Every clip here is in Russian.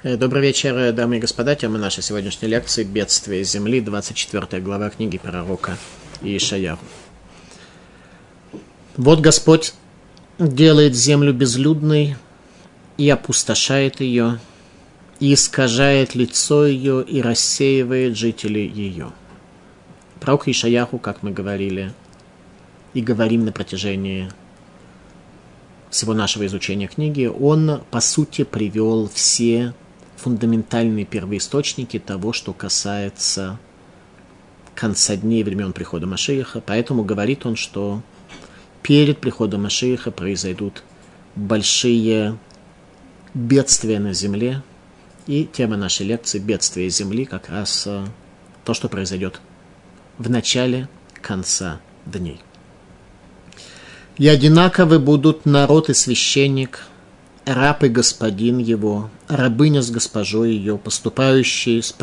Добрый вечер, дамы и господа. Тема нашей сегодняшней лекции «Бедствие земли», 24 глава книги пророка Иешаяху. Вот Господь делает землю безлюдной и опустошает ее, и искажает лицо ее, и рассеивает жителей ее. Пророк Иешаяху, как мы говорили, и говорим на протяжении всего нашего изучения книги, он, по сути, привел все фундаментальные первоисточники того, что касается конца дней времен прихода Машиаха. Поэтому говорит он, что перед приходом Машиаха произойдут большие бедствия на земле. И тема нашей лекции «Бедствие земли» как раз то, что произойдет в начале конца дней. «И одинаковы будут народ и священник, раб и господин его, рабыня с госпожой ее, покупающий с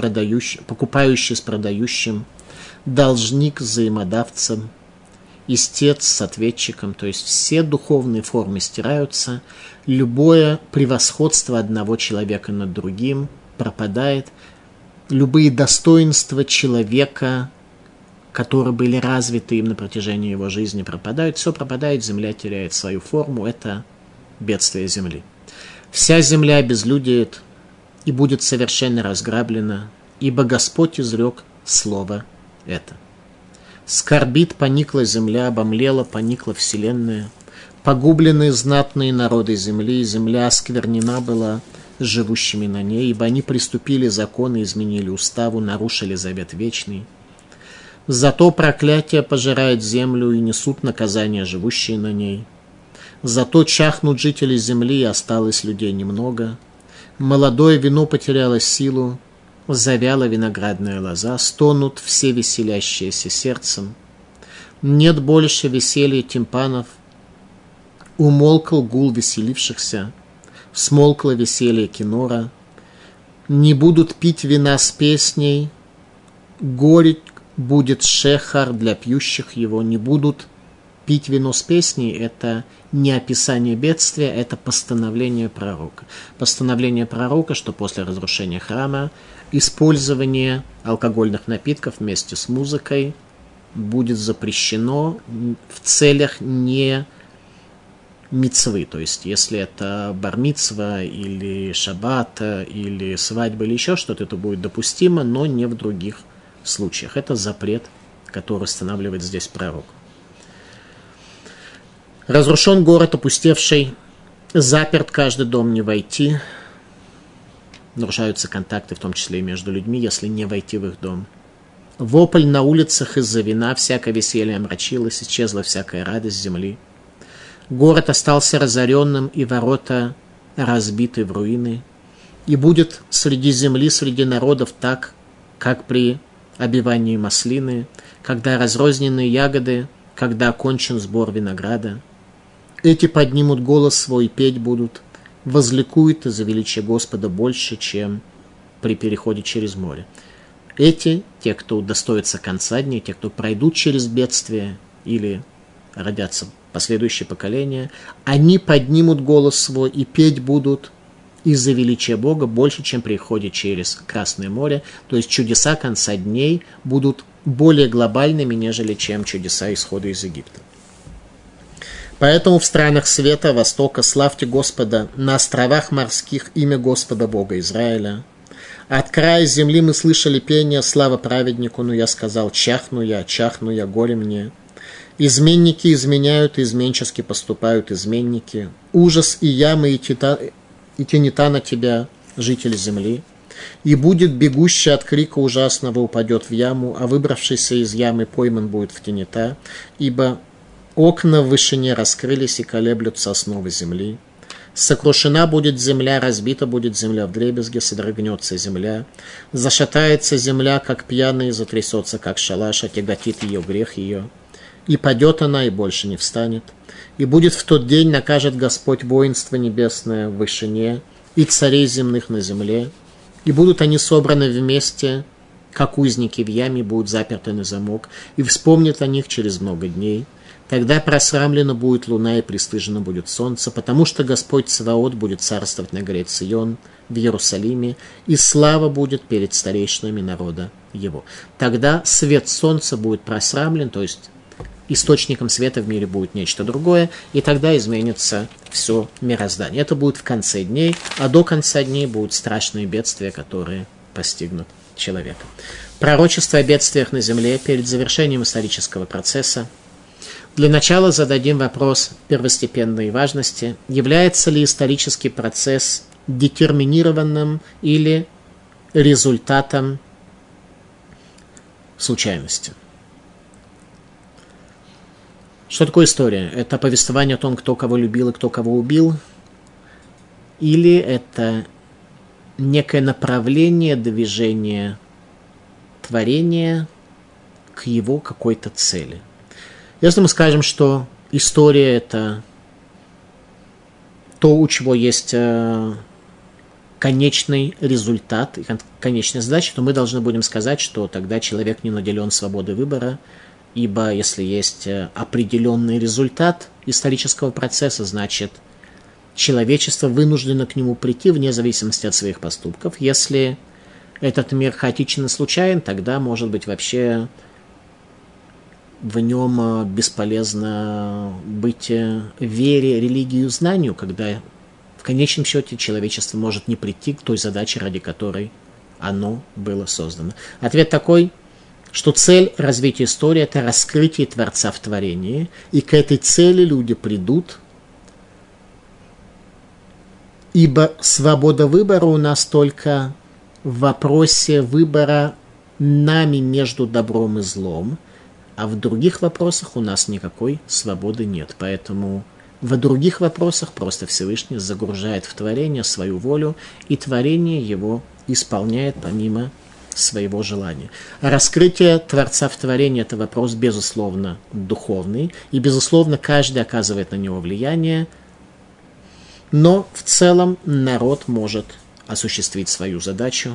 продающим, должник с взаимодавцем, истец с ответчиком». То есть все духовные формы стираются, любое превосходство одного человека над другим пропадает, любые достоинства человека, которые были развиты им на протяжении его жизни, пропадают, все пропадает, земля теряет свою форму, это бедствие земли. Вся земля обезлюдеет и будет совершенно разграблена, ибо Господь изрек слово это. Скорбит, поникла земля, обомлела, поникла вселенная, погублены знатные народы земли, и земля осквернена была живущими на ней, ибо они приступили законы, изменили уставу, нарушили завет вечный. Зато проклятие пожирает землю, и несут наказание живущие на ней. Зато чахнут жители земли, и осталось людей немного. Молодое вино потеряло силу, завяла виноградная лоза, стонут все веселящиеся сердцем. Нет больше веселья тимпанов, умолкл гул веселившихся, смолкло веселье кинора. Не будут пить вина с песней, горечь будет шехар для пьющих его, не будут пить вино с песней. Это не описание бедствия, это постановление пророка. Постановление пророка, что после разрушения храма использование алкогольных напитков вместе с музыкой будет запрещено в целях не мицвы. То есть, если это бар-мицва или шаббат, или свадьба, или еще что-то, это будет допустимо, но не в других случаях. Это запрет, который устанавливает здесь пророк. Разрушен город, опустевший, заперт каждый дом, не войти. Нарушаются контакты, в том числе и между людьми, если не войти в их дом. Вопль на улицах из-за вина, всякое веселье омрачилось, исчезла всякая радость земли. Город остался разоренным, и ворота разбиты в руины. И будет среди земли, среди народов так, как при обивании маслины, когда разрознены ягоды, когда окончен сбор винограда. Эти поднимут голос свой, петь будут, возликуют из-за величия Господа больше, чем при переходе через море. Эти, те, кто удостоится конца дней, те, кто пройдут через бедствие или родятся последующие поколения, они поднимут голос свой и петь будут из-за величия Бога больше, чем при переходе через Красное море. То есть чудеса конца дней будут более глобальными, нежели чем чудеса исхода из Египта. Поэтому в странах света, Востока, славьте Господа, на островах морских имя Господа Бога Израиля. От края земли мы слышали пение, слава праведнику, но я сказал, чахну я, горе мне. Изменники изменяют, изменчески поступают изменники. Ужас и ямы, и тенета на тебя, жители земли. И будет бегущий от крика ужасного упадет в яму, а выбравшийся из ямы пойман будет в тенета, ибо окна в вышине раскрылись и колеблются основы земли. Сокрушена будет земля, разбита будет земля вдребезги, содрогнется земля. Зашатается земля, как пьяный, затрясется, как шалаш, отяготит ее грех ее. И падет она, и больше не встанет. И будет в тот день, накажет Господь воинство небесное в вышине и царей земных на земле. И будут они собраны вместе, как узники в яме, будут заперты на замок, и вспомнят о них через много дней. Тогда просрамлена будет луна и пристыжено будет солнце, потому что Господь Цаваот будет царствовать на горе Цион в Иерусалиме, и слава будет перед старейшинами народа его. Тогда свет солнца будет просрамлен, то есть источником света в мире будет нечто другое, и тогда изменится все мироздание. Это будет в конце дней, а до конца дней будут страшные бедствия, которые постигнут человека. Пророчество о бедствиях на земле перед завершением исторического процесса. Для начала зададим вопрос первостепенной важности. Является ли исторический процесс детерминированным или результатом случайности? Что такое история? Это повествование о том, кто кого любил и кто кого убил? Или это некое направление движения творения к его какой-то цели? Если мы скажем, что история – это то, у чего есть конечный результат и конечная задача, то мы должны будем сказать, что тогда человек не наделен свободой выбора, ибо если есть определенный результат исторического процесса, значит, человечество вынуждено к нему прийти вне зависимости от своих поступков. Если этот мир хаотичен и случайен, тогда, может быть, вообще в нем бесполезно быть вере, религии, знанию, когда в конечном счете человечество может не прийти к той задаче, ради которой оно было создано. Ответ такой, что цель развития истории – это раскрытие Творца в творении, и к этой цели люди придут, ибо свобода выбора у нас только в вопросе выбора нами между добром и злом, а в других вопросах у нас никакой свободы нет. Поэтому в других вопросах просто Всевышний загружает в творение свою волю, и творение его исполняет помимо своего желания. А раскрытие Творца в творении – это вопрос, безусловно, духовный, и, безусловно, каждый оказывает на него влияние, но в целом народ может осуществить свою задачу.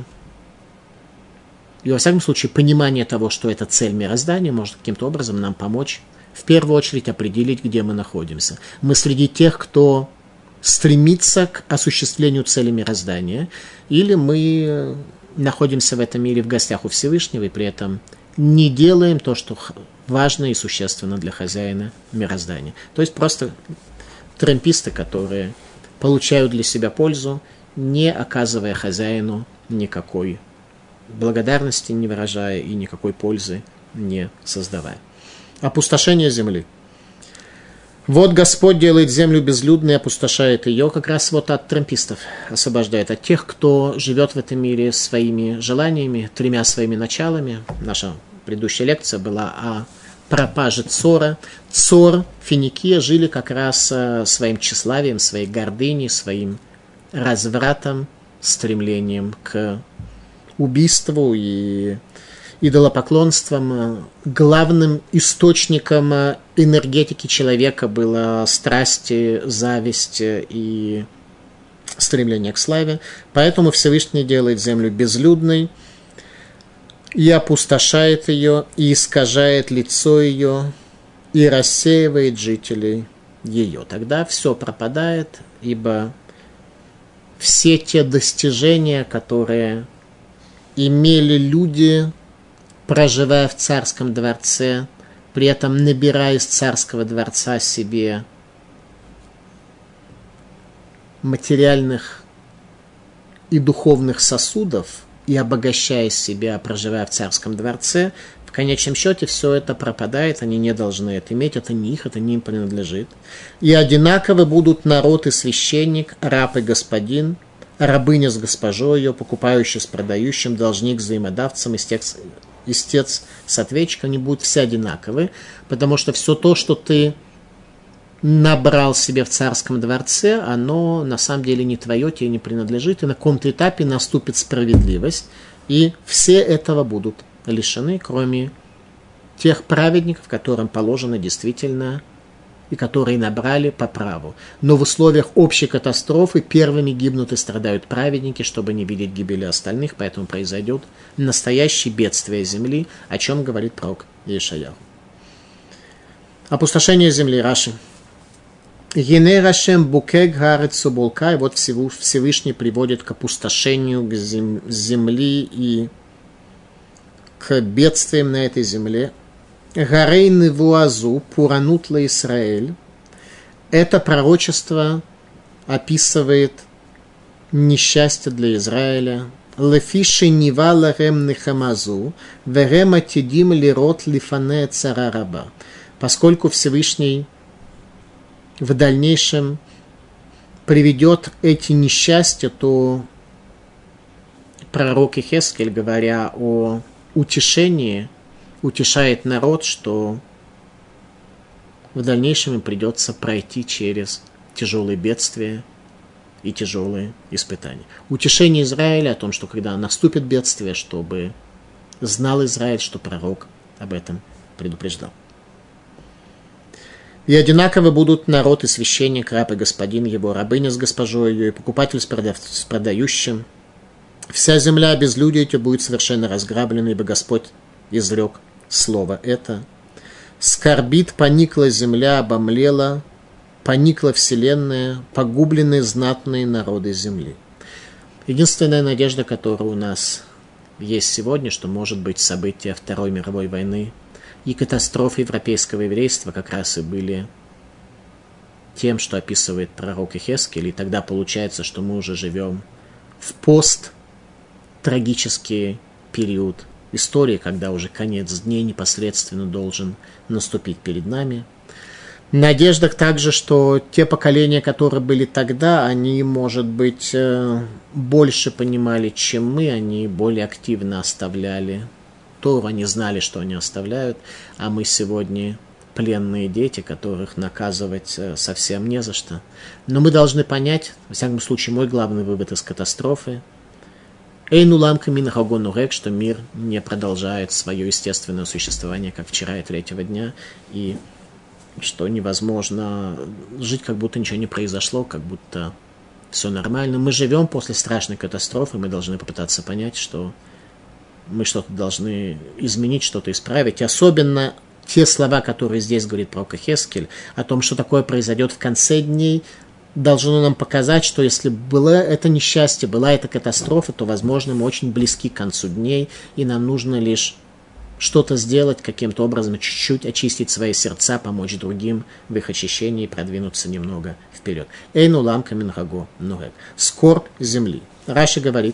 И, во всяком случае, понимание того, что это цель мироздания, может каким-то образом нам помочь в первую очередь определить, где мы находимся. Мы среди тех, кто стремится к осуществлению цели мироздания, или мы находимся в этом мире в гостях у Всевышнего и при этом не делаем то, что важно и существенно для хозяина мироздания. То есть просто трамписты, которые получают для себя пользу, не оказывая хозяину никакой благодарности, не выражая и никакой пользы не создавая. Опустошение земли. Вот Господь делает землю безлюдной, опустошает ее, как раз вот от трампистов освобождает, от тех, кто живет в этом мире своими желаниями, тремя своими началами. Наша предыдущая лекция была о пропаже Цора. Цор, Финикия жили как раз своим тщеславием, своей гордыней, своим развратом, стремлением к убийству и идолопоклонством. Главным источником энергетики человека было страсти, зависть и стремление к славе. Поэтому Всевышний делает землю безлюдной и опустошает ее, и искажает лицо ее, и рассеивает жителей ее. Тогда все пропадает, ибо все те достижения, которые имели люди, проживая в царском дворце, при этом набирая из царского дворца себе материальных и духовных сосудов и обогащая себя, проживая в царском дворце, в конечном счете все это пропадает, они не должны это иметь, это не их, это не им принадлежит. И одинаково будут народ и священник, раб и господин, рабыня с госпожой ее, покупающий с продающим, должник с взаимодавцем, истец с ответчиком, они будут все одинаковы, потому что все то, что ты набрал себе в царском дворце, оно на самом деле не твое, тебе не принадлежит, и на каком-то этапе наступит справедливость, и все этого будут лишены, кроме тех праведников, которым положено действительно, и которые набрали по праву. Но в условиях общей катастрофы первыми гибнут и страдают праведники, чтобы не видеть гибели остальных, поэтому произойдет настоящее бедствие земли, о чем говорит пророк Иешаяху. Опустошение земли, Раши. Геней Рашем букег гарец субулка, и вот Всевышний приводит к опустошению земли и к бедствиям на этой земле. Гарей невуазу пуранут ла Исраэль. Это пророчество описывает несчастье для Израиля. Лефиши нива ларем нехамазу, верем атидим лирот лифане цара раба. Поскольку Всевышний в дальнейшем приведет эти несчастья, то пророк Ихескель, говоря о утешении, утешает народ, что в дальнейшем им придется пройти через тяжелые бедствия и тяжелые испытания. Утешение Израиля о том, что когда наступит бедствие, чтобы знал Израиль, что пророк об этом предупреждал. И одинаково будут народ и священник, раб и господин его, рабыня с госпожой ее, и покупатель с продающим. Вся земля безлюдия эти будет совершенно разграблена, ибо Господь изрек слово это. Скорбит, поникла земля, обомлела, поникла вселенная, погублены знатные народы земли. Единственная надежда, которая у нас есть сегодня, что, может быть, события Второй мировой войны и катастрофы европейского еврейства как раз и были тем, что описывает пророк Ихескель, и тогда получается, что мы уже живем в посттрагический период истории, когда уже конец дней непосредственно должен наступить перед нами. Надежда также, что те поколения, которые были тогда, они, может быть, больше понимали, чем мы, они более активно оставляли Тору, они знали, что они оставляют, а мы сегодня пленные дети, которых наказывать совсем не за что. Но мы должны понять, во всяком случае, мой главный вывод из катастрофы, Эйнулам камин хагону рек, что мир не продолжает свое естественное существование, как вчера и третьего дня, и что невозможно жить, как будто ничего не произошло, как будто все нормально. Мы живем после страшной катастрофы, мы должны попытаться понять, что мы что-то должны изменить, что-то исправить. И особенно те слова, которые здесь говорит пророк Ихескель, о том, что такое произойдет в конце дней, должно нам показать, что если было это несчастье, была эта катастрофа, то, возможно, мы очень близки к концу дней, и нам нужно лишь что-то сделать, каким-то образом чуть-чуть очистить свои сердца, помочь другим в их очищении и продвинуться немного вперед. Эйну ламка мингаго нурек. Скорбь земли. Раши говорит,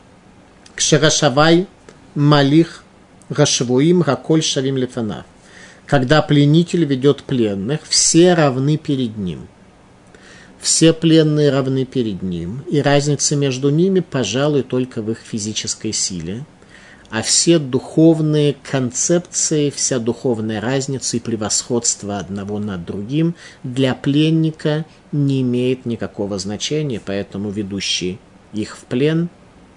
кшерашавай малих рашвуим раколь шавим лефанав. Когда пленитель ведет пленных, все равны перед ним. Все пленные равны перед ним, и разница между ними, пожалуй, только в их физической силе. А все духовные концепции, вся духовная разница и превосходство одного над другим для пленника не имеет никакого значения, поэтому ведущий их в плен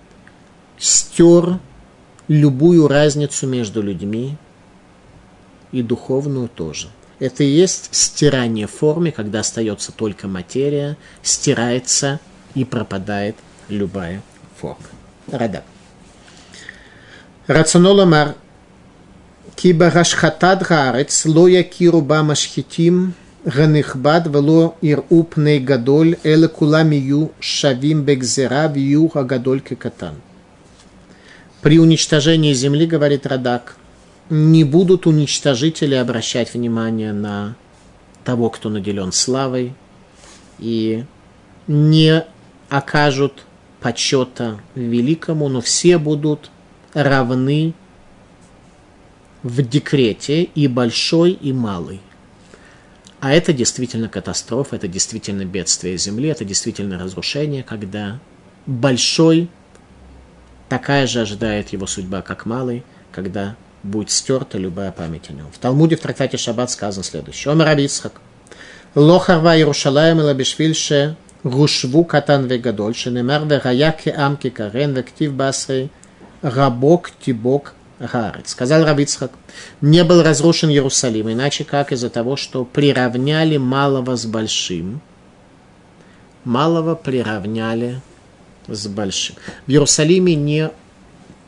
стер любую разницу между людьми и духовную тоже. Это и есть стирание в форме, когда остается только материя, стирается и пропадает любая форма. Радак. Рационол омар, ки барашхатад гаарец ло якиру ба машхитим ганихбад вело иру пней гадоль эле кулам ию шавим бегзера вию гадоль кекатан. При уничтожении земли, говорит Радак, не будут уничтожители обращать внимание на того, кто наделен славой, и не окажут почета великому, но все будут равны в декрете, и большой, и малый. А это действительно катастрофа, это действительно бедствие земли, это действительно разрушение, когда большой, такая же ожидает его судьба, как малый, когда будет стерта любая память о нем. В Талмуде, в трактате Шаббат сказано следующее. Омар Раби Ицхак. Ло харва Иерушалаем эла бешвиль ше гушву катан вегадоль, шенемар вегая кеам кекарен вектив басрей рабок тибок гаарец. Сказал Раби Ицхак. Не был разрушен Иерусалим, иначе как из-за того, что приравняли малого с большим. Малого приравняли с большим. В Иерусалиме не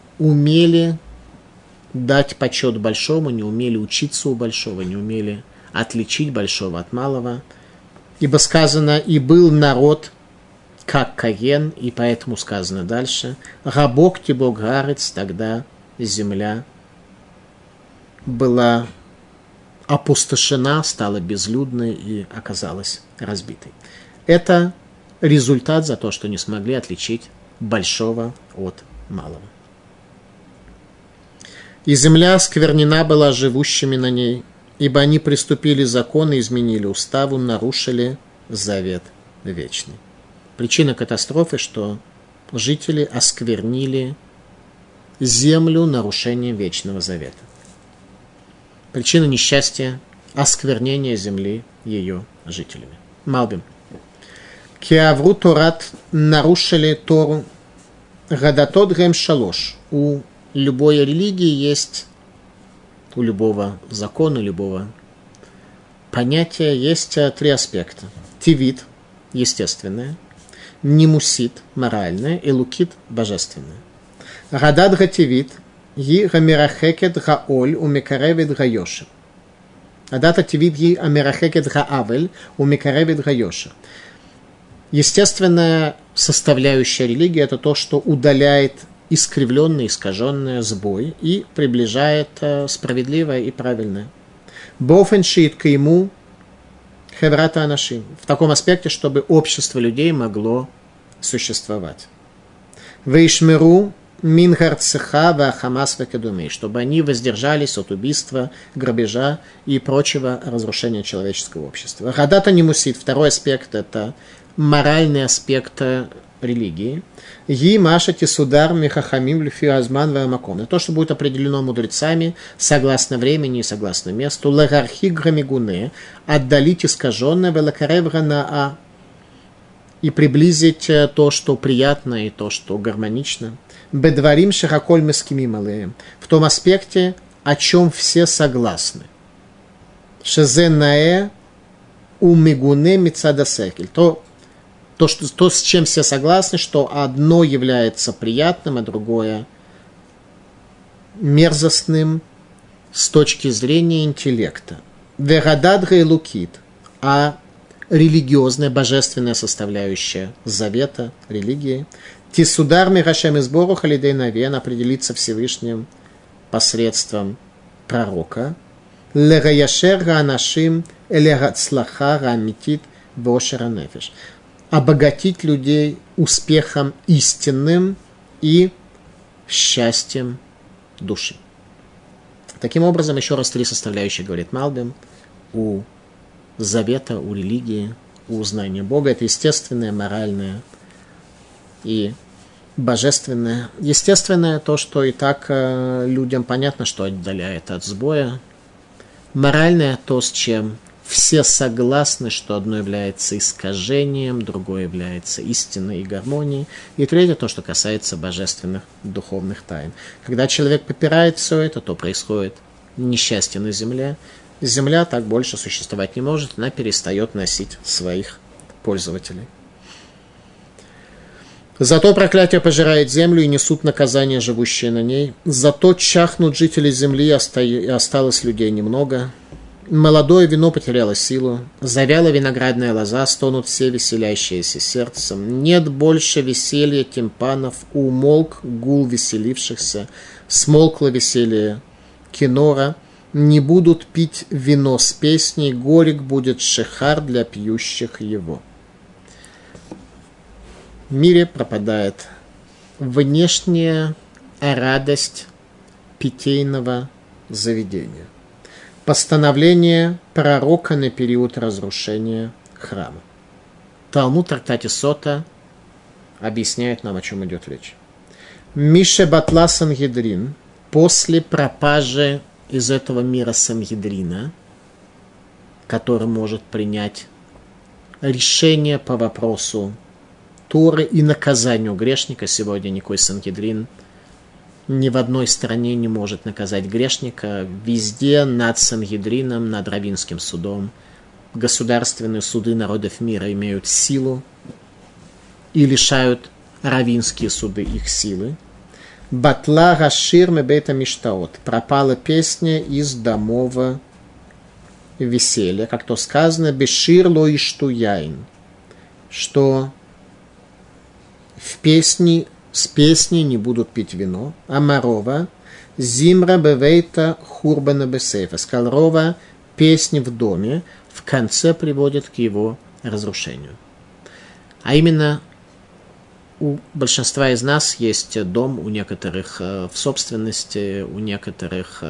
умели дать почет большому, не умели учиться у большого, не умели отличить большого от малого. Ибо сказано, и был народ, как Каен, и поэтому сказано дальше, «Рабок тибо гарец», тогда земля была опустошена, стала безлюдной и оказалась разбитой. Это результат за то, что не смогли отличить большого от малого. И земля сквернена была живущими на ней, ибо они приступили законы, изменили уставу, нарушили завет вечный. Причина катастрофы, что жители осквернили землю нарушением вечного завета. Причина несчастья – осквернение земли ее жителями. Малбим. Киавру Торат, нарушили Тору. Гадатот гэм шалош. У любой религии есть, у любого закона, любого понятия есть три аспекта. Тивит – естественное, нимусит – моральное, и лукит – божественное. Гадат гативит Ги гамирахекет гаоль умекаревит гайошер. Адата тивит ги амирахекет гаавель умекаревит гайошер. Естественная составляющая религии – это то, что удаляет искривленное, искаженное, сбой и приближает справедливое и правильное. Бофен шиит кайму хеврата анашим. В таком аспекте, чтобы общество людей могло существовать. Вейшмеру Мингарцеха ва Хамас векадумей, чтобы они воздержались от убийства, грабежа и прочего разрушения человеческого общества. Гадата нимусит, второй аспект – это моральный аспект религии. Ги машати судар михахамим люфи азман ваамаком. Это то, что будет определено мудрецами согласно времени и согласно месту. Лагархи грамигуне, отдалить искаженное, велакаревра наа, и приблизить то, что приятно, и то, что гармонично. Бедварим шахаколь мескимим алеем. В том аспекте, о чем все согласны. Шезенае умигуне мицадасекель. То, с чем все согласны, что одно является приятным, а другое мерзостным с точки зрения интеллекта. Верададга и лукит. А религиозная, божественная составляющая завета, религии. Тисудар мирашем и сбору халидей навен, определиться Всевышним посредством пророка. Легаяшер ганашим элегацлаха рамитит бошера нефеш. Обогатить людей успехом истинным и счастьем души. Таким образом, еще раз три составляющие, говорит Малбим, у завета, у религии, у знания Бога. Это естественное, моральное и божественное. Естественное то, что и так людям понятно, что отдаляет от сбоя. Моральное то, с чем все согласны, что одно является искажением, другое является истиной и гармонией. И третье то, что касается божественных духовных тайн. Когда человек попирает все это, то происходит несчастье на земле. Земля так больше существовать не может, она перестает носить своих пользователей. Зато проклятие пожирает землю и несут наказание, живущие на ней. Зато чахнут жители земли, и осталось людей немного. Молодое вино потеряло силу. Завяла виноградная лоза, стонут все веселящиеся сердцем. Нет больше веселья тимпанов, умолк гул веселившихся, смолкло веселье кинора. Не будут пить вино с песней, горек будет шехар для пьющих его. В мире пропадает внешняя радость питейного заведения. Постановление пророка на период разрушения храма. Талмуд трактате Сота объясняет нам, о чем идет речь. Мише батла Сангедрин, после пропажи из этого мира Сангедрина, который может принять решение по вопросу Торы и наказанию грешника. Сегодня никакой Сангедрин ни в одной стране не может наказать грешника. Везде над Сангедрином, над раввинским судом государственные суды народов мира имеют силу и лишают раввинские суды их силы. Батла гашир мебейта миштаот. Пропала песня из домов веселья, как то сказано, бешир ло ишту яин, что с песней не будут пить вино, а Марова зимра бевейта хурбана бесейфа, сказал Рова, песни в доме в конце приводят к его разрушению. А именно у большинства из нас есть дом, у некоторых в собственности, у некоторых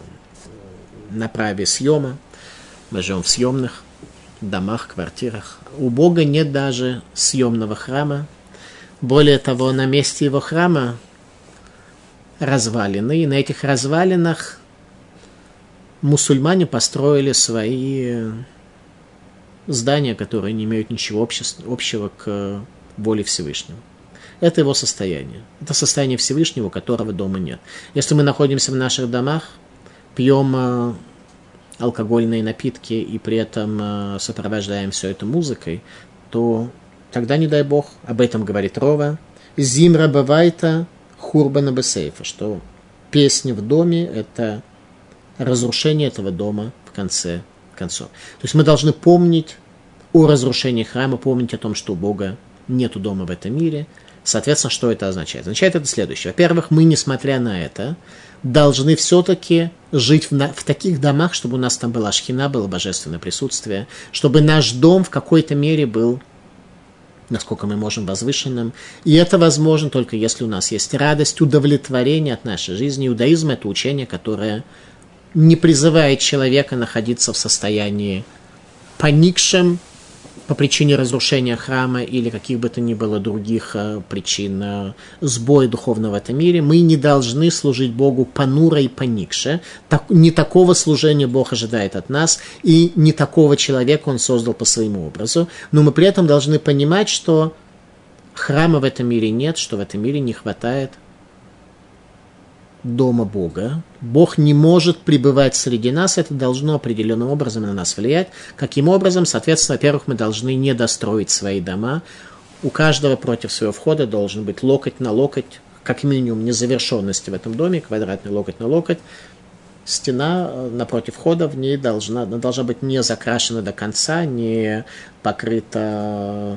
на праве съема. Мы живем в съемных домах, квартирах. У Бога нет даже съемного храма. Более того, на месте его храма развалины, и на этих развалинах мусульмане построили свои здания, которые не имеют ничего общего к воле Всевышнего. Это его состояние. Это состояние Всевышнего, у которого дома нет. Если мы находимся в наших домах, пьем алкогольные напитки и при этом сопровождаем все это музыкой, то тогда, не дай Бог, об этом говорит Рова, «Зимра бавайта хурбана бесейфа», что песни в доме – это разрушение этого дома в конце концов. То есть мы должны помнить о разрушении храма, помнить о том, что у Бога нету дома в этом мире. Соответственно, что это означает? Означает это следующее. Во-первых, мы, несмотря на это, должны все-таки жить в таких домах, чтобы у нас там была шхина, было божественное присутствие, чтобы наш дом в какой-то мере был, насколько мы можем, возвышенным. И это возможно только если у нас есть радость, удовлетворение от нашей жизни. Иудаизм – это учение, которое не призывает человека находиться в состоянии поникшем по причине разрушения храма или каких бы то ни было других причин сбоя духовного в этом мире. Мы не должны служить Богу понуро и поникше. Не такого служения Бог ожидает от нас, и не такого человека Он создал по своему образу. Но мы при этом должны понимать, что храма в этом мире нет, что в этом мире не хватает дома Бога. Бог не может пребывать среди нас, это должно определенным образом на нас влиять. Каким образом? Соответственно, во-первых, мы должны не достроить свои дома. У каждого против своего входа должен быть локоть на локоть, как минимум незавершенности в этом доме, квадратный локоть на локоть. Стена напротив входа в ней должна быть не закрашена до конца, не покрыта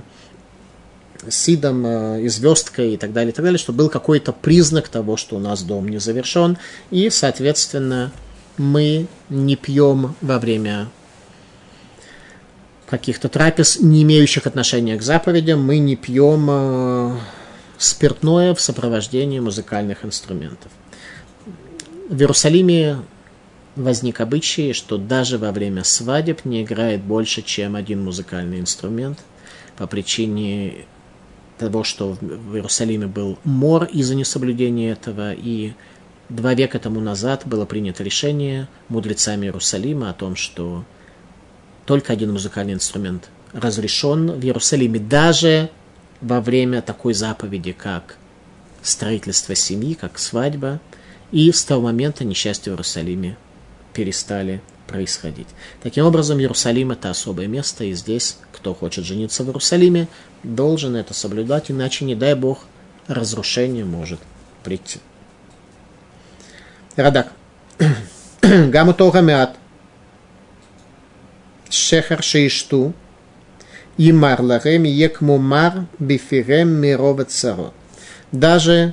сидом и звездкой и так далее, чтобы был какой-то признак того, что у нас дом не завершен, и, соответственно, мы не пьем во время каких-то трапез, не имеющих отношения к заповедям, мы не пьем спиртное в сопровождении музыкальных инструментов. В Иерусалиме возник обычай, что даже во время свадеб не играет больше, чем один музыкальный инструмент, по причине того, что в Иерусалиме был мор из-за несоблюдения этого, и 2 века тому назад было принято решение мудрецами Иерусалима о том, что только один музыкальный инструмент разрешен в Иерусалиме, даже во время такой заповеди, как строительство семьи, как свадьба, и с того момента несчастья в Иерусалиме перестали происходить. Таким образом, Иерусалим – это особое место, и здесь, кто хочет жениться в Иерусалиме, должен это соблюдать, иначе, не дай Бог, разрушение может прийти. Радак. Гаму тога меат. Шехар шеишту. Имар ларем екму мар бифирем мирова царот. Даже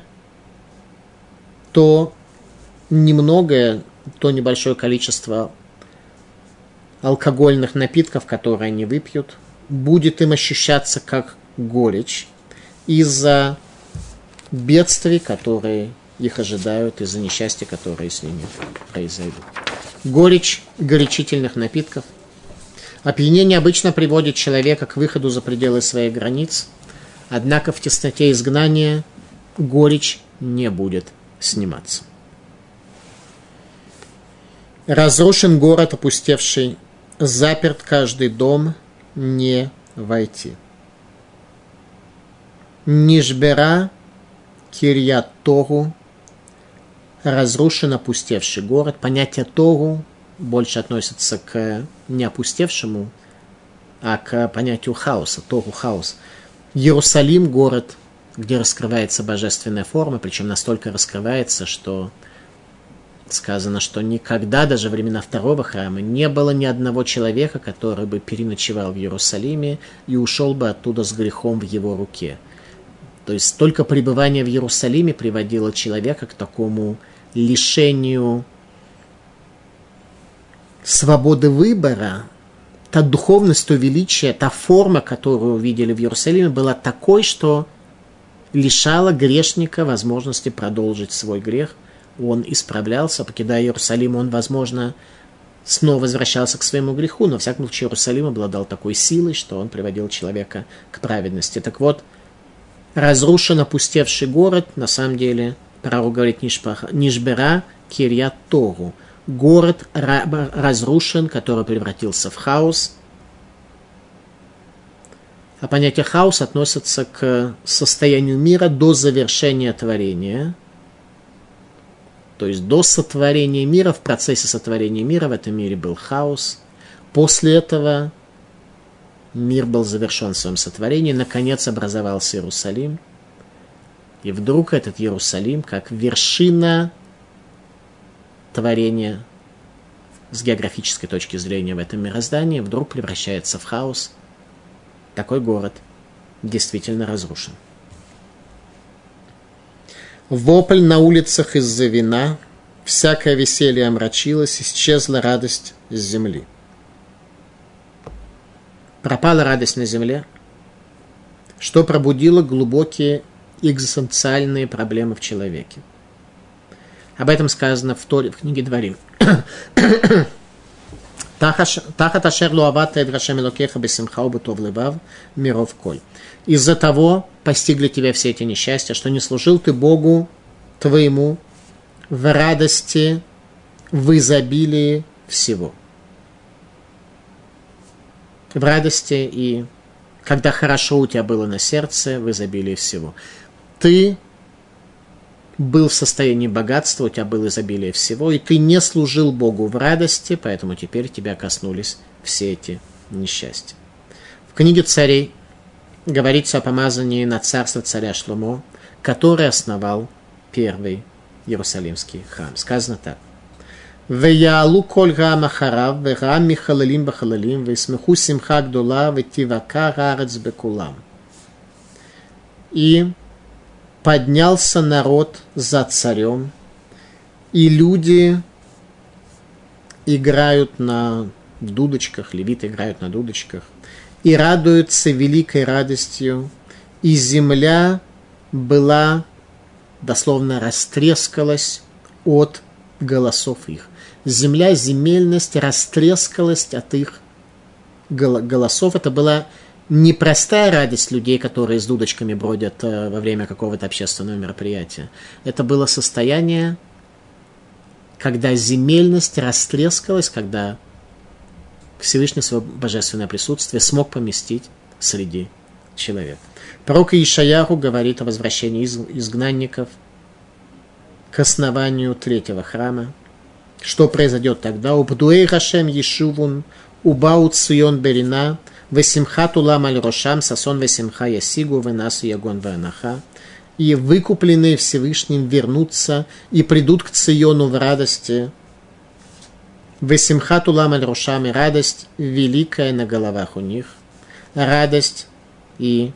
то немногое, то небольшое количество алкогольных напитков, которые они выпьют, будет им ощущаться как горечь из-за бедствий, которые их ожидают, из-за несчастья, которые с ними произойдут. Горечь горячительных напитков. Опьянение обычно приводит человека к выходу за пределы своих границ, однако в тесноте изгнания горечь не будет сниматься. Разрушен город, опустевший, заперт каждый дом, не войти. Нишбера Кирьят Тору, разрушен опустевший город. Понятие Тору больше относится к не опустевшему, а к понятию хаоса, Тору хаос. Иерусалим – город, где раскрывается божественная форма, причем настолько раскрывается, что сказано, что никогда, даже во времена второго храма, не было ни одного человека, который бы переночевал в Иерусалиме и ушел бы оттуда с грехом в его руке. То есть только пребывание в Иерусалиме приводило человека к такому лишению свободы выбора. Та духовность, то величие, та форма, которую увидели в Иерусалиме, была такой, что лишала грешника возможности продолжить свой грех. Он исправлялся, покидая Иерусалим, он, возможно, снова возвращался к своему греху, но, во всяком случае, Иерусалим обладал такой силой, что он приводил человека к праведности. Так вот, разрушен опустевший город, на самом деле, пророк говорит Нишбера Кирьят Тору. Город разрушен, который превратился в хаос. А понятие хаос относится к состоянию мира до завершения творения. То есть до сотворения мира, в процессе сотворения мира в этом мире был хаос. После этого мир был завершен в своем сотворении. Наконец образовался Иерусалим. И вдруг этот Иерусалим, как вершина творения с географической точки зрения в этом мироздании, вдруг превращается в хаос. Такой город действительно разрушен. Вопль на улицах из-за вина, всякое веселье омрачилось, исчезла радость с земли. Пропала радость на земле, что пробудило глубокие экзистенциальные проблемы в человеке. Об этом сказано в Торе, в книге Дворим. Тахат ашер ло авата эт Гашем Элокеха бесимха убетов левав миров коль. Из-за того постигли тебя все эти несчастья, что не служил ты Богу твоему в радости, в изобилии всего. В радости и когда хорошо у тебя было на сердце, в изобилии всего. Ты был в состоянии богатства, у тебя было изобилие всего, и ты не служил Богу в радости, поэтому теперь тебя коснулись все эти несчастья. В книге Царей говорится о помазании на царство царя Шломо, который основал первый Иерусалимский храм. Сказано так. «Веяалу коль раам ахарав, вераам михалалим бахалалим, весмеху симха гдола, ветивака раарец бекулам». И поднялся народ за царем, и люди играют на дудочках, левиты играют на дудочках, и радуются великой радостью, и земля была, дословно, растрескалась от голосов их. Земля, земельность растрескалась от их голосов. Это была непростая радость людей, которые с дудочками бродят во время какого-то общественного мероприятия. Это было состояние, когда земельность растрескалась, когда Всевышний свое божественное присутствие смог поместить среди человека. Пророк Ишаяху говорит о возвращении изгнанников к основанию третьего храма. Что произойдет тогда? «Убдуэй Хашем Ешувун, убау Цион Берина, весимхат улам аль рошам, сасон весимха ясигу, венасу ягон ванаха». И выкупленные Всевышним вернутся и придут к Циону в радости. Весимхат улам аль рошам, и радость великая на головах у них. Радость и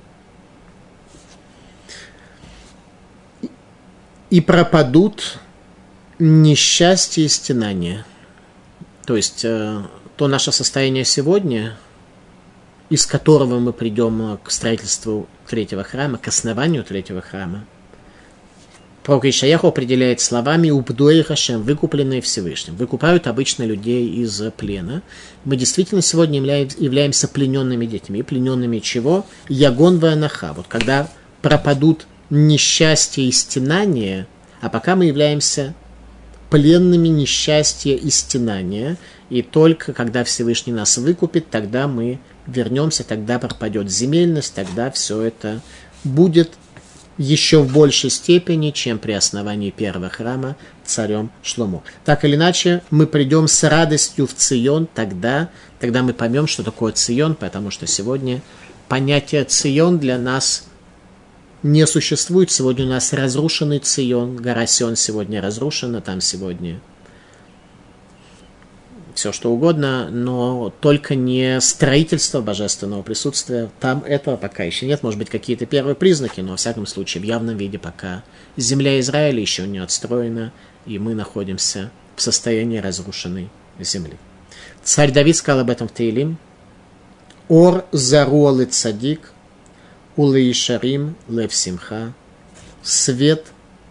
пропадут несчастье и стенания. То есть, то наше состояние сегодня, из которого мы придем к строительству третьего храма, к основанию третьего храма, пророк Ишаяху определяет словами «Убдуэй Хашем», выкупленные Всевышним. Выкупают обычно людей из плена. Мы действительно сегодня являемся плененными детьми. Плененными чего? Ягон ванаха. Вот когда пропадут несчастье и стенания, а пока мы являемся пленными несчастья и стенания, и только когда Всевышний нас выкупит, тогда мы вернемся, тогда пропадет земельность, тогда все это будет еще в большей степени, чем при основании первого храма царем Шломо. Так или иначе, мы придем с радостью в Цион, тогда мы поймем, что такое Цион, потому что сегодня понятие Цион для нас не существует. Сегодня у нас разрушенный Цион, гора Сион сегодня разрушена, там сегодня все что угодно, но только не строительство божественного присутствия. Там этого пока еще нет. Может быть, какие-то первые признаки, но, во всяком случае, в явном виде пока земля Израиля еще не отстроена, и мы находимся в состоянии разрушенной земли. Царь Давид сказал об этом в Теилим. «Ор зару ле цадик, уле ишарим лев симха». Свет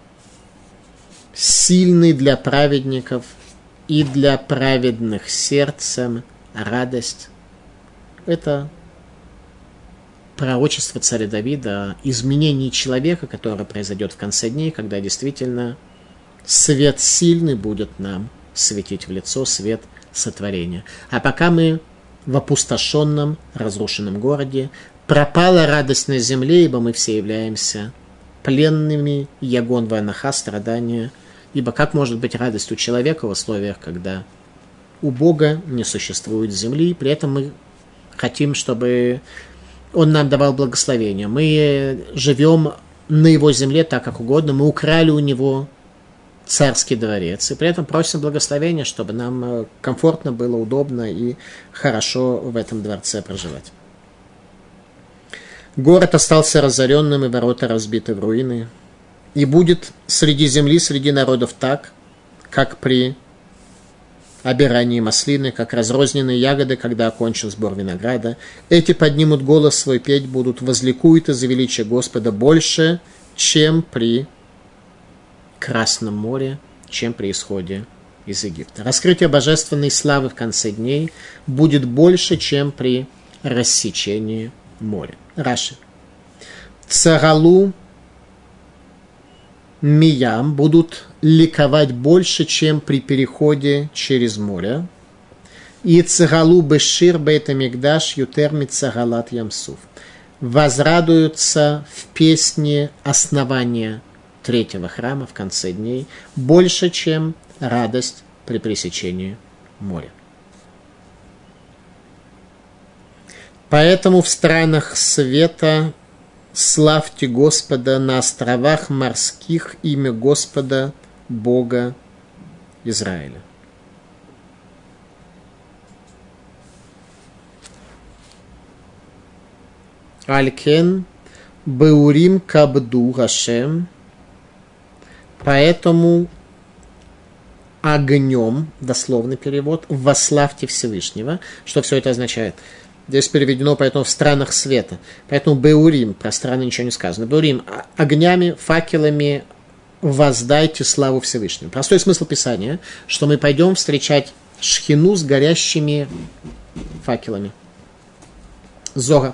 сильный для праведников и для праведных сердцем радость. Это пророчество царя Давида о изменении человека, которое произойдет в конце дней, когда действительно свет сильный будет нам светить в лицо, свет сотворения. А пока мы в опустошенном, разрушенном городе, пропала радость на земле, ибо мы все являемся пленными, ягон ванаха, страдания. Ибо как может быть радость у человека в условиях, когда у Бога не существует земли, при этом мы хотим, чтобы Он нам давал благословение. Мы живем на Его земле так, как угодно, мы украли у Него царский дворец, и при этом просим благословения, чтобы нам комфортно было, удобно и хорошо в этом дворце проживать. Город остался разоренным, и ворота разбиты в руины. И будет среди земли, среди народов так, как при обирании маслины, как разрозненные ягоды, когда окончил сбор винограда. Эти поднимут голос свой, петь будут, возликуют из-за величия Господа больше, чем при Красном море, чем при исходе из Египта. Раскрытие божественной славы в конце дней будет больше, чем при рассечении моря. Раши. Царалу Миям будут ликовать больше, чем при переходе через море. И цагалу бешир бейт амикдаш ютерми цагалат ямсуф. Возрадуются в песне основания третьего храма в конце дней больше, чем радость при пересечении моря. Поэтому в странах света славьте Господа, на островах морских имя Господа, Бога Израиля. Алькен беурим кабду Гашем. Поэтому огнем, дословный перевод, восславьте Всевышнего. Что все это означает? Здесь переведено, поэтому в странах света. Поэтому Беурим, про страны ничего не сказано. Беурим, огнями, факелами воздайте славу Всевышнему. Простой смысл Писания, что мы пойдем встречать шхину с горящими факелами. Зора.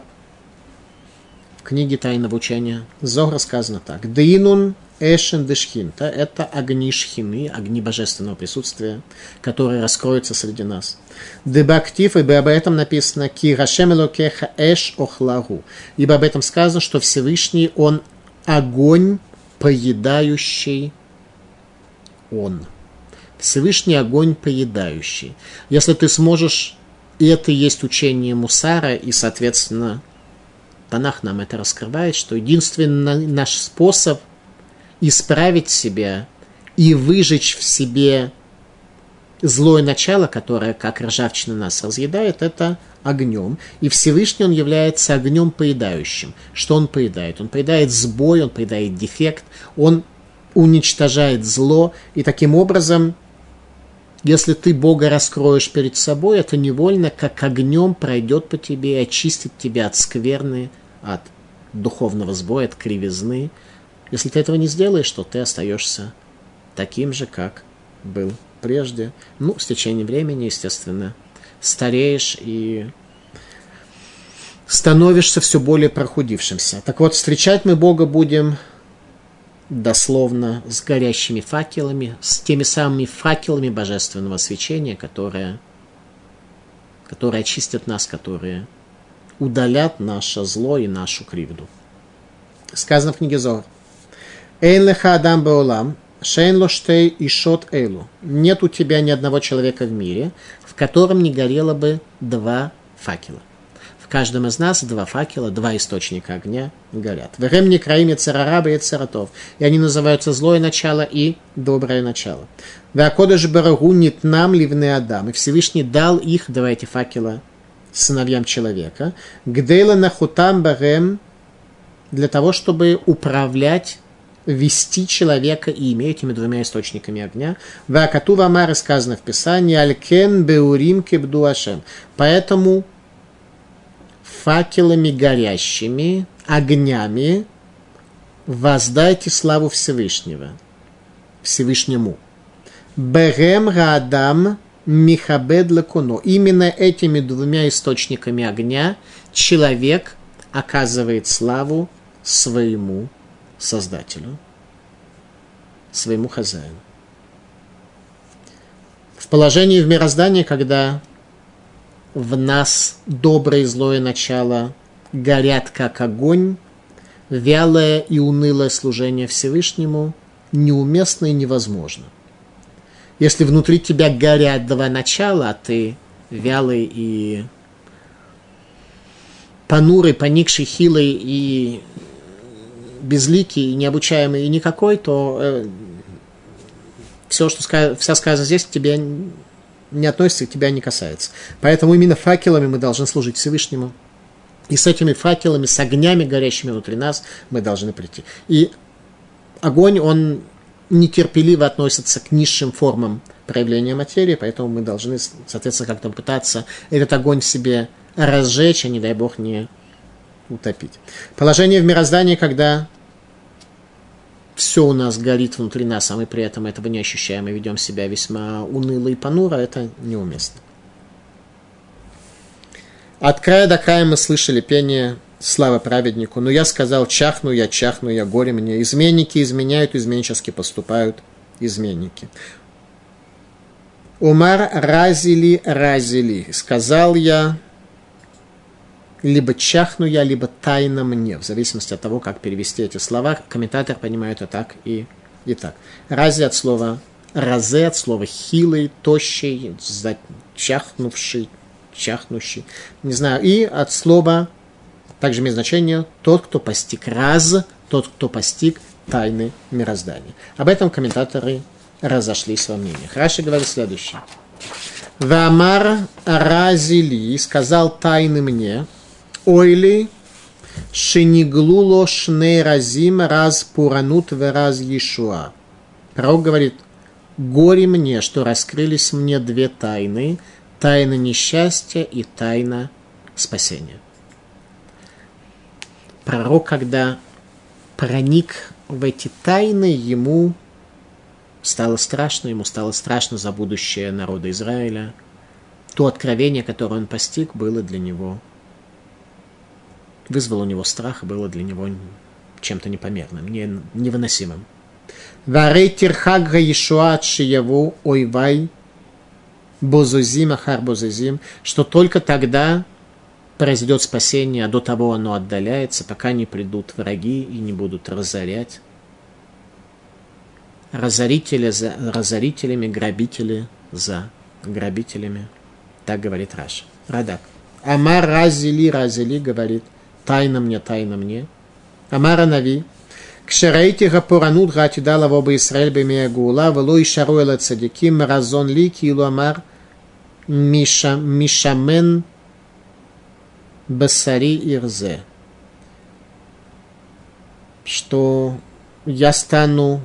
В книге Тайного учения Зора сказано так. Дейнун эшен дешхинта. Это огни шхины, огни божественного присутствия, которые раскроются среди нас. Дебактив, ибо об этом написано ки рашем элокеха эш охлагу. Ибо об этом сказано, что Всевышний, Он огонь, поедающий Он. Всевышний огонь поедающий. Если ты сможешь, и это и есть учение Мусара, и, соответственно, Танах нам это раскрывает, что единственный наш способ исправить себя и выжечь в себе злое начало, которое, как ржавчина, нас разъедает, это огнем. И Всевышний, Он является огнем поедающим. Что Он поедает? Он поедает сбой, Он поедает дефект, Он уничтожает зло. И таким образом, если ты Бога раскроешь перед собой, это невольно, как огнем, пройдет по тебе и очистит тебя от скверны, от духовного сбоя, от кривизны. Если ты этого не сделаешь, то ты остаешься таким же, как был прежде. Ну, с течением времени, естественно, стареешь и становишься все более прохудившимся. Так вот, встречать мы Бога будем дословно с горящими факелами, с теми самыми факелами божественного свечения, которые очистят нас, которые удалят наше зло и нашу кривду. Сказано в книге Зор. Эйн леха адам беолам, шейн ло штей ишот эйлу. Нет у тебя ни одного человека в мире, в котором не горело бы два факела. В каждом из нас 2 факела, 2 источника огня горят. «Вэгэм некраим яцерараба и яцератов». И они называются злое начало и доброе начало. «Вэакодыш барагу нитнам ливны Адам». И Всевышний дал их, 2 эти факела, сыновьям человека. «Гдейла нахутам бэгэм», для того, чтобы управлять, вести человека ими, этими 2 источниками огня. «Вэакату вамар», сказано в Писании, «Алькен беурим кебду ашем». Поэтому факелами горящими, огнями воздайте славу Всевышнему. Бэгэм раадам михабед лакуно. Именно этими 2 источниками огня человек оказывает славу своему Создателю, своему хозяину. В положении в мироздании, когда в нас доброе и злое начало горят как огонь, вялое и унылое служение Всевышнему неуместно и невозможно. Если внутри тебя горят 2 начала, а ты вялый и понурый, поникший, хилый и безликий, и необучаемый и никакой, то все, что вся сказано здесь, тебе не относится, к тебя не касается. Поэтому именно факелами мы должны служить Всевышнему. И с этими факелами, с огнями, горящими внутри нас, мы должны прийти. И огонь, он нетерпеливо относится к низшим формам проявления материи, поэтому мы должны, соответственно, как-то пытаться этот огонь в себе разжечь, а не дай Бог не утопить. Положение в мироздании, когда все у нас горит внутри нас, а мы при этом этого не ощущаем и ведем себя весьма уныло и понуро, это неуместно. От края до края мы слышали пение «Слава праведнику», но я сказал чахну я, горе мне. Изменники изменяют, изменнически поступают изменники. Умар разили, сказал я, либо чахну я, либо тайно мне, в зависимости от того, как перевести эти слова. Комментатор понимает это так и так. Рази от слова разе, от слова хилый, тощий, чахнувший, не знаю, и от слова также имеет значение тот, кто постиг тот, кто постиг тайны мироздания. Об этом комментаторы разошлись во мнениях. Раши говорит следующее. Вамар разили, сказал тайны мне, ойли шениглуло шней разим раз пуранут в раз Ешуа. Пророк говорит, горе мне, что раскрылись мне 2 тайны, тайна несчастья и тайна спасения. Пророк, когда проник в эти тайны, ему стало страшно за будущее народа Израиля. То откровение, которое он постиг, было для него, вызвало у него страх, было для него чем-то непомерным, невыносимым. Варей тирхагга Ешуа шияву ойвай бозузим ахар бозузим, что только тогда произойдет спасение, а до того оно отдаляется, пока не придут враги и не будут разорять. Разорители за разорителями, грабители за грабителями. Так говорит Раши. Радак. Амар разили, говорит, тайна мне. Амар Анави. Кшерейти гапоранут гатидала воба Исраэль бемея гула, вело ишару эла цадиким, разон ли килу амар мишамен басари ирзе. Что я стану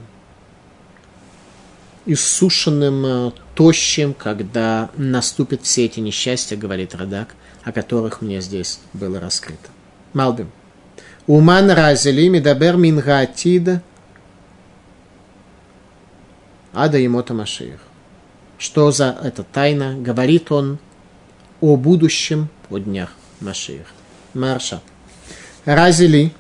иссушенным, тощим, когда наступят все эти несчастья, говорит Радак, о которых мне здесь было раскрыто. Малбим. Уман разили мидабер мингаатид ада емота Машиах. Что за эта тайна? Говорит он о будущем, о днях Машиах. Марша. Разили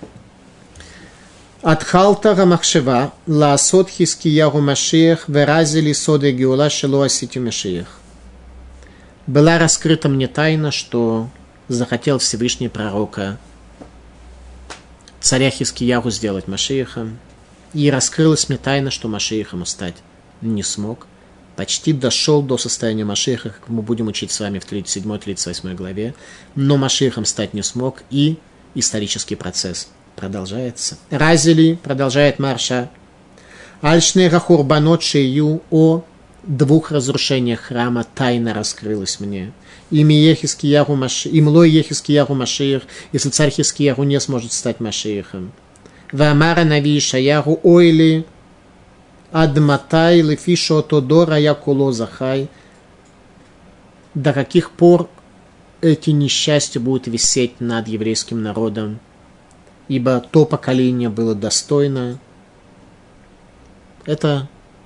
Атхалта Рамахшева лаасот хискиягу Машиах веразили соде геула шело асити Машиах. Была раскрыта мне тайна, что захотел Всевышний пророка царя Хискиягу сделать Машиахом, и раскрылась мне тайна, что Машиахом стать не смог, почти дошел до состояния Машиаха, как мы будем учить с вами в 37-38 главе, но Машиахом стать не смог, и исторический процесс продолжается. Разили, продолжает Марша, Альшнега хурбанот шею, о двух разрушениях храма тайна раскрылась мне. Имлой Хискиягу Машиах, если царь Хискиягу не сможет стать Машиахом. Ваамара нави Ишаягу ойли адматай лефишо тодора якуло захай. До каких пор эти несчастья будут висеть над еврейским народом? Ибо то поколение было достойно. Это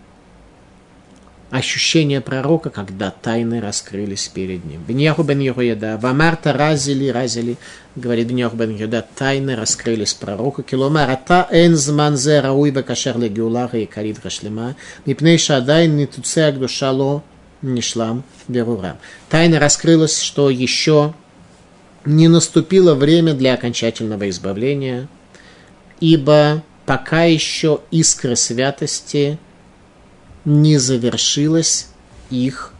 ощущение пророка, когда тайны раскрылись перед ним. Беньяху бен Йеhoяда, вамарта разили, говорит Беньяху бен Йеhoяда, тайны раскрылись пророку. Киломар, ата эн зман зе рауй бекашер легеулаха и карит хашлема, мипней шадай нитуце агдушало нишлам берурам. Тайна раскрылась, что еще не наступило время для окончательного избавления, ибо пока еще искра святости не завершилось их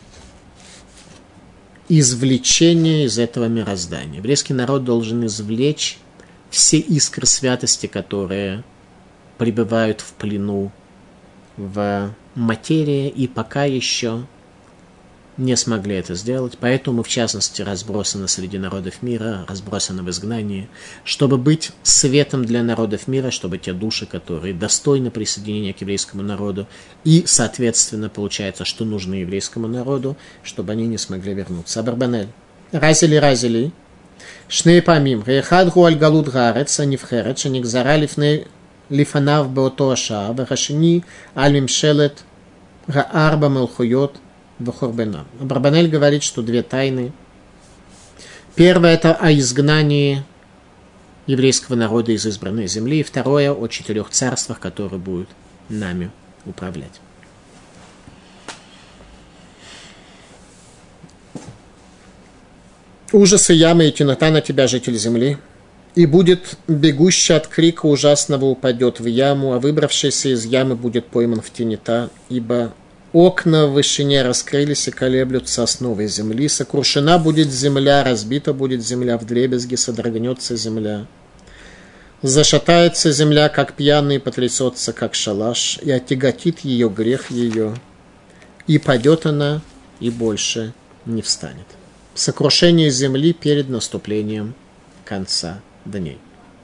извлечение из этого мироздания. Еврейский народ должен извлечь все искры святости, которые пребывают в плену в материи, и пока еще не смогли это сделать. Поэтому, в частности, разбросаны среди народов мира, разбросаны в изгнании, чтобы быть светом для народов мира, чтобы те души, которые достойны присоединения к еврейскому народу, и, соответственно, получается, что нужно еврейскому народу, чтобы они не смогли вернуться. Абарбанель. Разили. Шней памим. Рехад гуаль галут гарец, а не в херец, а не гзара лифанав беотоаша, вахашини аль мимшелет гаарба мелхуйот, Абарбанель говорит, что две тайны. Первое – это о изгнании еврейского народа из избранной земли. И второе – о 4 царствах, которые будут нами управлять. Ужасы ямы и темнота на тебя, житель земли. И будет бегущий от крика ужасного упадет в яму, а выбравшийся из ямы будет пойман в темнота, ибо окна в вышине раскрылись и колеблются основы земли. Сокрушена будет земля, разбита будет земля вдребезги, содрогнется земля. Зашатается земля, как пьяный, потрясется, как шалаш, и отяготит ее грех ее. И падет она, и больше не встанет. Сокрушение земли перед наступлением конца дней.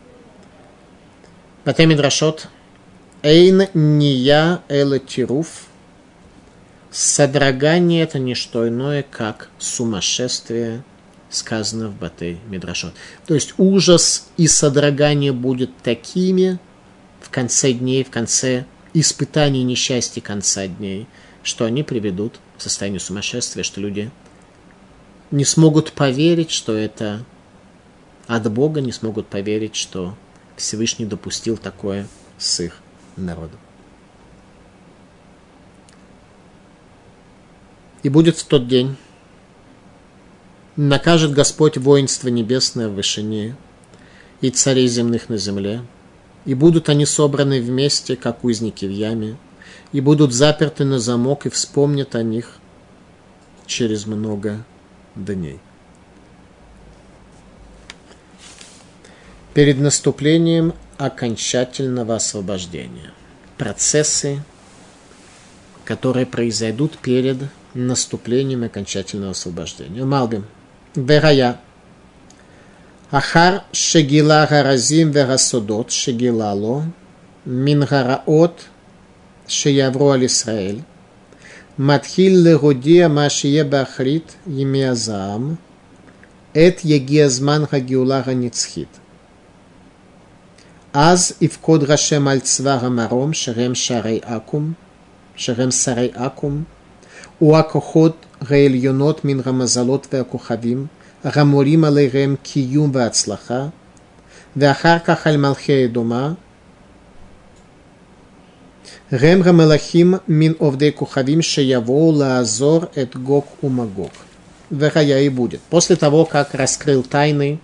Батей Мидрашот. Эйн ния эле тируф. Содрогание – это не что иное, как сумасшествие, сказано в Батей Мидрашот. То есть ужас и содрогание будут такими в конце дней, в конце испытаний и несчастья конца дней, что они приведут к состоянию сумасшествия, что люди не смогут поверить, что это от Бога, не смогут поверить, что Всевышний допустил такое с их народом. И будет в тот день, накажет Господь воинство небесное в вышине и царей земных на земле, и будут они собраны вместе, как узники в яме, и будут заперты на замок, и вспомнят о них через много дней. Перед наступлением окончательного освобождения. Процессы, которые произойдут перед наступлением окончательного освобождения. Малбим. Верая. Ахар шегила гаразим верасодот шегилало мингараот шеявро аль Исраэль матхил легудия машие бахрит емиазам эт егиазман хагиулага ницхит аз ивкод рашем аль цвара маром шерем шарей акум шерем сарей акум уакохот гаэльонот мин рамазалот веакухавим גמורים עליהם קיום והצלחה, ואחר כך על מלכי אדומה, רם המלאכים מן עובדי כוכבים שיבואו לעזור את גог ומגог. והיה и будет. После того, как раскрыл тайны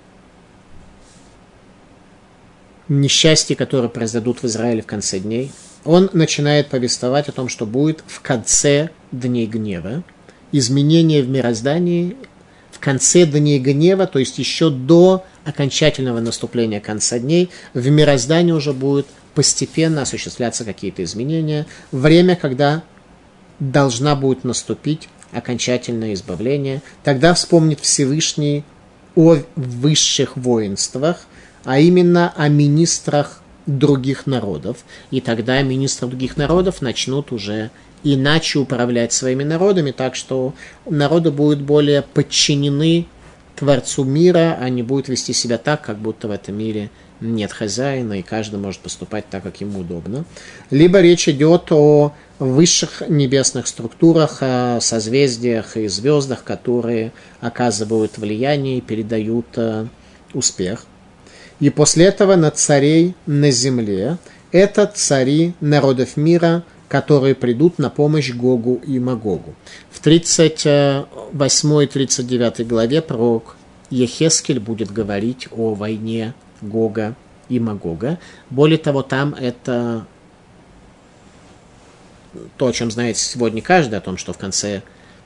несчастья, которые произойдут в Израиле в конце дней, он начинает повествовать о том, что будет в конце дней гнева, изменения в мироздании в конце дней гнева, то есть еще до окончательного наступления конца дней, в мироздании уже будут постепенно осуществляться какие-то изменения. Время, когда должна будет наступить окончательное избавление. Тогда вспомнит Всевышний о высших воинствах, а именно о министрах других народов. И тогда министры других народов начнут уже иначе управлять своими народами, так что народы будут более подчинены Творцу мира, а не будут вести себя так, как будто в этом мире нет хозяина, и каждый может поступать так, как ему удобно. Либо речь идет о высших небесных структурах, о созвездиях и звездах, которые оказывают влияние и передают успех. И после этого на царей на земле, это цари народов мира, которые придут на помощь Гогу и Магогу. В 38 и 39 главе пророк Ехескель будет говорить о войне Гога и Магога. Более того, там это то, о чем знает сегодня каждый, о том, что в конце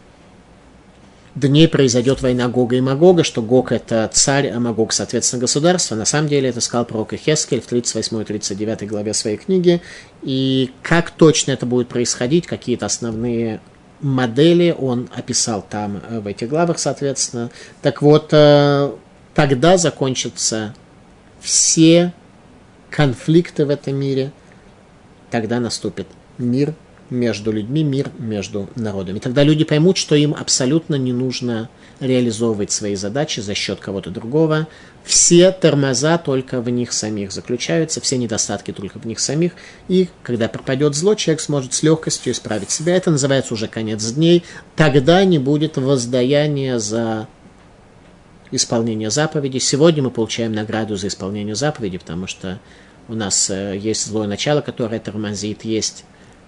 дней произойдет война Гога и Магога, что Гог – это царь, а Магог, соответственно, государство. На самом деле это сказал пророк Ехескель в 38 и 39 главе своей книги. И как точно это будет происходить, какие-то основные модели он описал там в этих главах, соответственно. Так вот, тогда закончатся все конфликты в этом мире, тогда наступит мир между людьми, мир между народами. Тогда люди поймут, что им абсолютно не нужно реализовывать свои задачи за счет кого-то другого. Все тормоза только в них самих заключаются, все недостатки только в них самих. И когда пропадет зло, человек сможет с легкостью исправить себя. Это называется уже конец дней. Тогда не будет воздаяния за исполнение заповедей. Сегодня мы получаем награду за исполнение заповедей, потому что у нас есть злое начало, которое тормозит, есть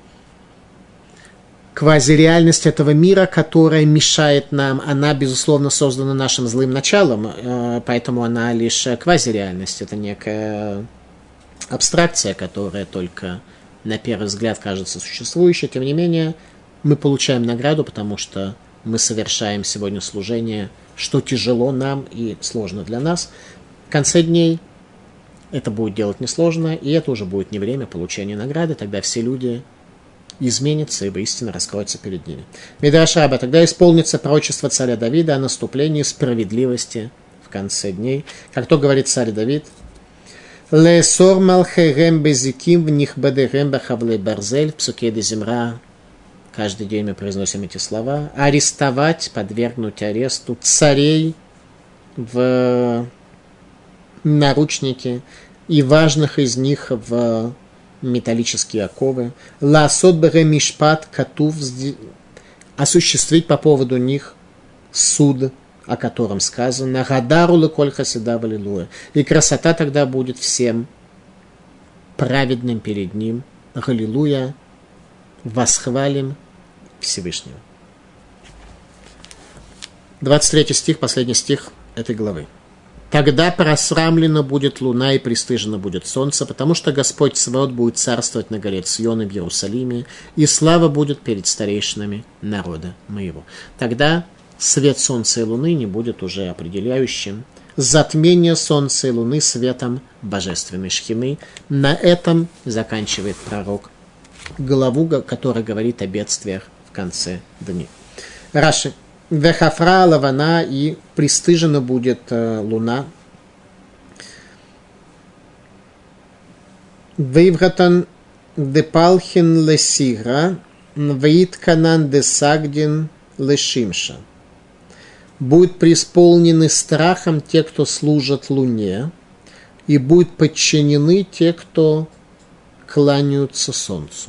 квазиреальность этого мира, которая мешает нам, она, безусловно, создана нашим злым началом, поэтому она лишь квазиреальность, это некая абстракция, которая только на первый взгляд кажется существующей. Тем не менее, мы получаем награду, потому что мы совершаем сегодня служение, что тяжело нам и сложно для нас. В конце дней это будет делать несложно, и это уже будет не время получения награды, тогда все люди изменится, ибо истина раскроется перед ними. Мидраш Раба, тогда исполнится пророчество царя Давида о наступлении справедливости в конце дней. Как то говорит царь Давид, «Леэсор малхерем безиким в них бедерем бахавле барзель» в псуке де земра. Каждый день мы произносим эти слова. Арестовать, подвергнуть аресту царей в наручники и важных из них в металлические оковы, лаасот бере мишпат катув, осуществить по поводу них суд, о котором сказано, гадару леколь хасида валилуя, и красота тогда будет всем праведным перед ним, галилуя, восхвалим Всевышнего. 23 стих, последний стих этой главы. Тогда просрамлена будет луна и пристыжено будет солнце, потому что Господь Цваот будет царствовать на горе Цион и в Иерусалиме, и слава будет перед старейшинами народа моего. Тогда свет солнца и луны не будет уже определяющим. Затмение солнца и луны светом божественной шхины. На этом заканчивает пророк главу, которая говорит о бедствиях в конце дней. Раши. Вехафра лавана, и пристыжена будет луна. Вейвгатан депалхин лесигра, вейтканан десагдин лешимша. Будут преисполнены страхом те, кто служат луне, и будут подчинены те, кто кланяются солнцу.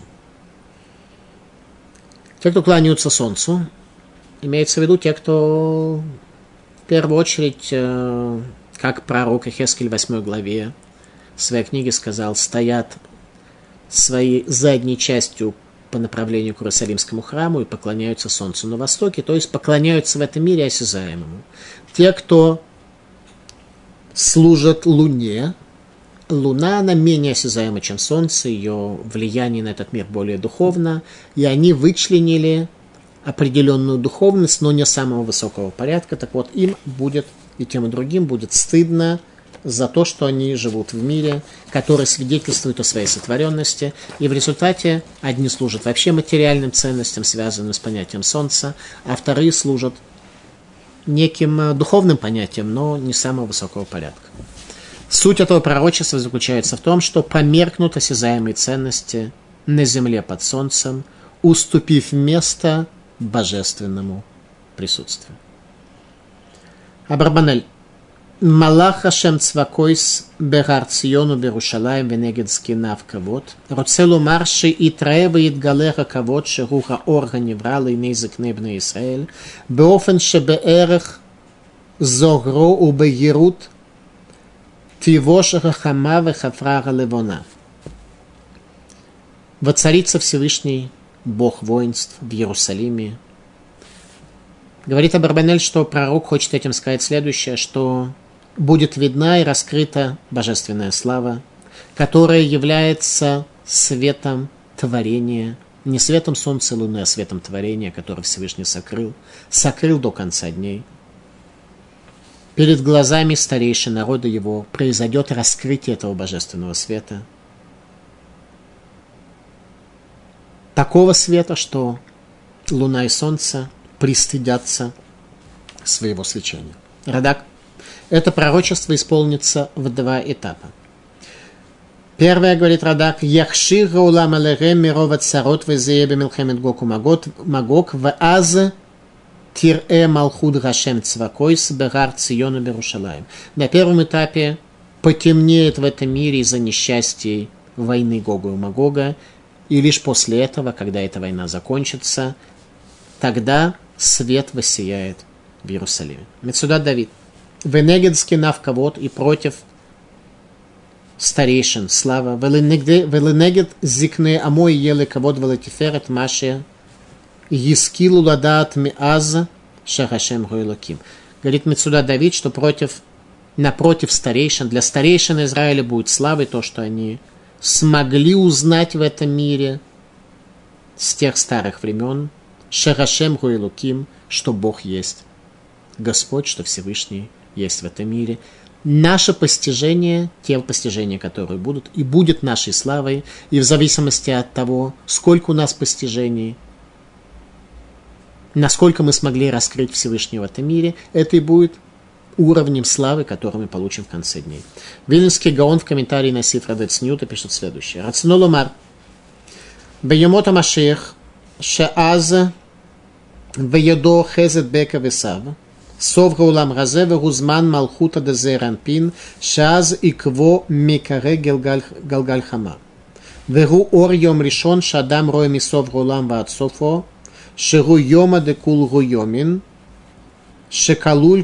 Те, кто кланяются солнцу, имеется в виду те, кто в первую очередь, как пророк Ехескель в 8 главе своей книги сказал, стоят своей задней частью по направлению к Иерусалимскому храму и поклоняются солнцу на востоке, то есть поклоняются в этом мире осязаемому. Те, кто служат луне, Луна, она менее осязаема, чем Солнце, ее влияние на этот мир более духовно, и они вычленили определенную духовность, но не самого высокого порядка. Так вот, им будет, и тем и другим будет стыдно за то, что они живут в мире, который свидетельствует о своей сотворенности, и в результате одни служат вообще материальным ценностям, связанным с понятием Солнца, а вторые служат неким духовным понятием, но не самого высокого порядка. Суть этого пророчества заключается в том, что померкнут осязаемые ценности на земле под солнцем, уступив место божественному присутствию. Абарбанель. Малах Хашем Цвакойс Бегар Циону Берушалаем Венегед Скинав Кавод Роцелу Марши и Траева Идгалеха Кавод Шеруха Органи Врала и Нейзек Небна Исраэль Беофен Шебеэрех Зогро Убегерут Тивоша Хахама Вехафрага Левона. Воцарится Всевышний Бог воинств в Иерусалиме. Говорит Абарбанель, что пророк хочет этим сказать следующее, что будет видна и раскрыта божественная слава, которая является светом творения, не светом солнца и луны, а светом творения, который Всевышний сокрыл до конца дней. Перед глазами старейшин народа его произойдет раскрытие этого божественного света. Такого света, что луна и солнце пристыдятся своего свечения. Радак. Это пророчество исполнится в два этапа. Первое, говорит Радак, «Яхшир гаулам алерем мирова царот везее бемилхемет гок умагок вааз тирэ малхуд гашем цвакойс бегар циону берушалаем». На первом этапе потемнеет в этом мире из-за несчастий войны Гога и Магога, и лишь после этого, когда эта война закончится, тогда свет воссияет в Иерусалиме. Мецудат Давид. Венегедский навкавод и против старейшин слава. Веленегед зикне амой еле кавод велетиферет маше ескилу ладат миаз шахашем гойлоким. Говорит Мецудат Давид, что напротив старейшин, для старейшин Израиля будет славой то, что они смогли узнать в этом мире с тех старых времен Шахашем гойлоким, что Бог есть Господь, что Всевышний есть в этом мире. Наше постижение, те постижения, которые будут, и будет нашей славой, и в зависимости от того, сколько у нас постижений, насколько мы смогли раскрыть Всевышнего в этом мире, это и будет уровнем славы, который мы получим в конце дней. Вильнюсский Гаон в комментарии на Сифра Децнюта пишет следующее. Рациноломар. Бейомота Машех шеаз веедо хезет бека весав סוף העולם הזה והוזמן מלכות דזעיר אנפין שאז עקבו מקרה גלגל חמה והוא אור יום ראשון שאדם רואה מסוף העולם ועד סופו שהוא יומא דכולהו יומין שכלול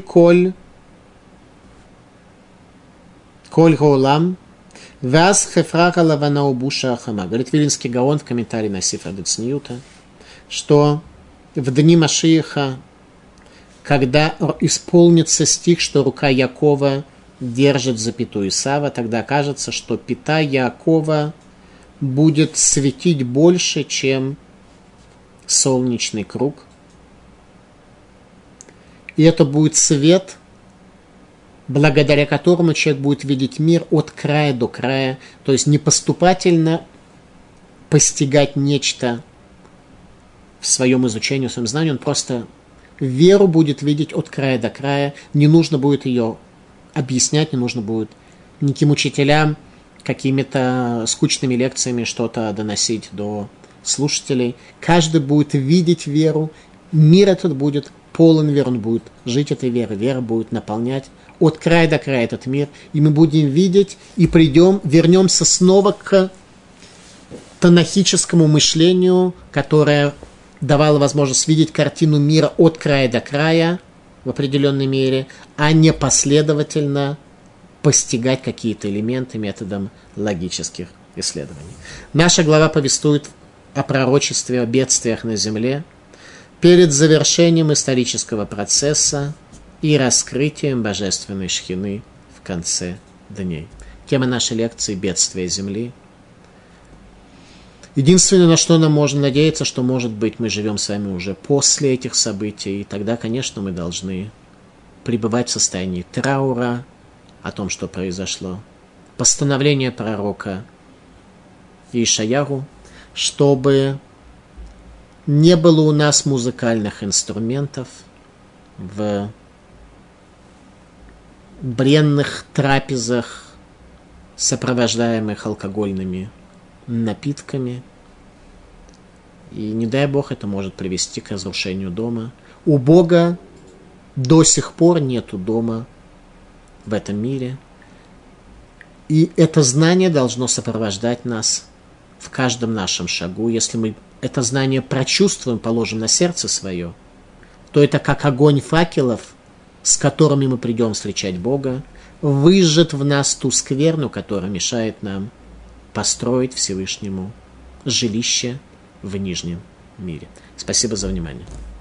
כל העולם ואז חפרק הלבנה ובושה החמה. Говорит Вилинский Гаон в комментарии на Сифра Децниюта, что в дни Машиаха, когда исполнится стих, что рука Якова держит за пяту Исава, тогда окажется, что пята Якова будет светить больше, чем солнечный круг. И это будет свет, благодаря которому человек будет видеть мир от края до края, то есть не поступательно постигать нечто в своем изучении, в своем знании, он просто веру будет видеть от края до края, не нужно будет ее объяснять, не нужно будет никаким учителям какими-то скучными лекциями что-то доносить до слушателей. Каждый будет видеть веру, мир этот будет полон веры, он будет жить этой верой, вера будет наполнять от края до края этот мир, и мы будем видеть и вернемся снова к танахическому мышлению, которое давало возможность видеть картину мира от края до края в определенной мере, а не последовательно постигать какие-то элементы методом логических исследований. Наша глава повествует о пророчестве, о бедствиях на земле перед завершением исторического процесса и раскрытием божественной шхины в конце дней. Тема нашей лекции – бедствие Земли. Единственное, на что нам можно надеяться, что, может быть, мы живем с вами уже после этих событий, и тогда, конечно, мы должны пребывать в состоянии траура о том, что произошло. Постановление пророка Ишаяху, чтобы не было у нас музыкальных инструментов в бренных трапезах, сопровождаемых алкогольными напитками. И не дай Бог, это может привести к разрушению дома. У Бога до сих пор нету дома в этом мире. И это знание должно сопровождать нас в каждом нашем шагу. Если мы это знание прочувствуем, положим на сердце свое, то это как огонь факелов, с которыми мы придем встречать Бога, выжжет в нас ту скверну, которая мешает нам построить Всевышнему жилище в Нижнем мире. Спасибо за внимание.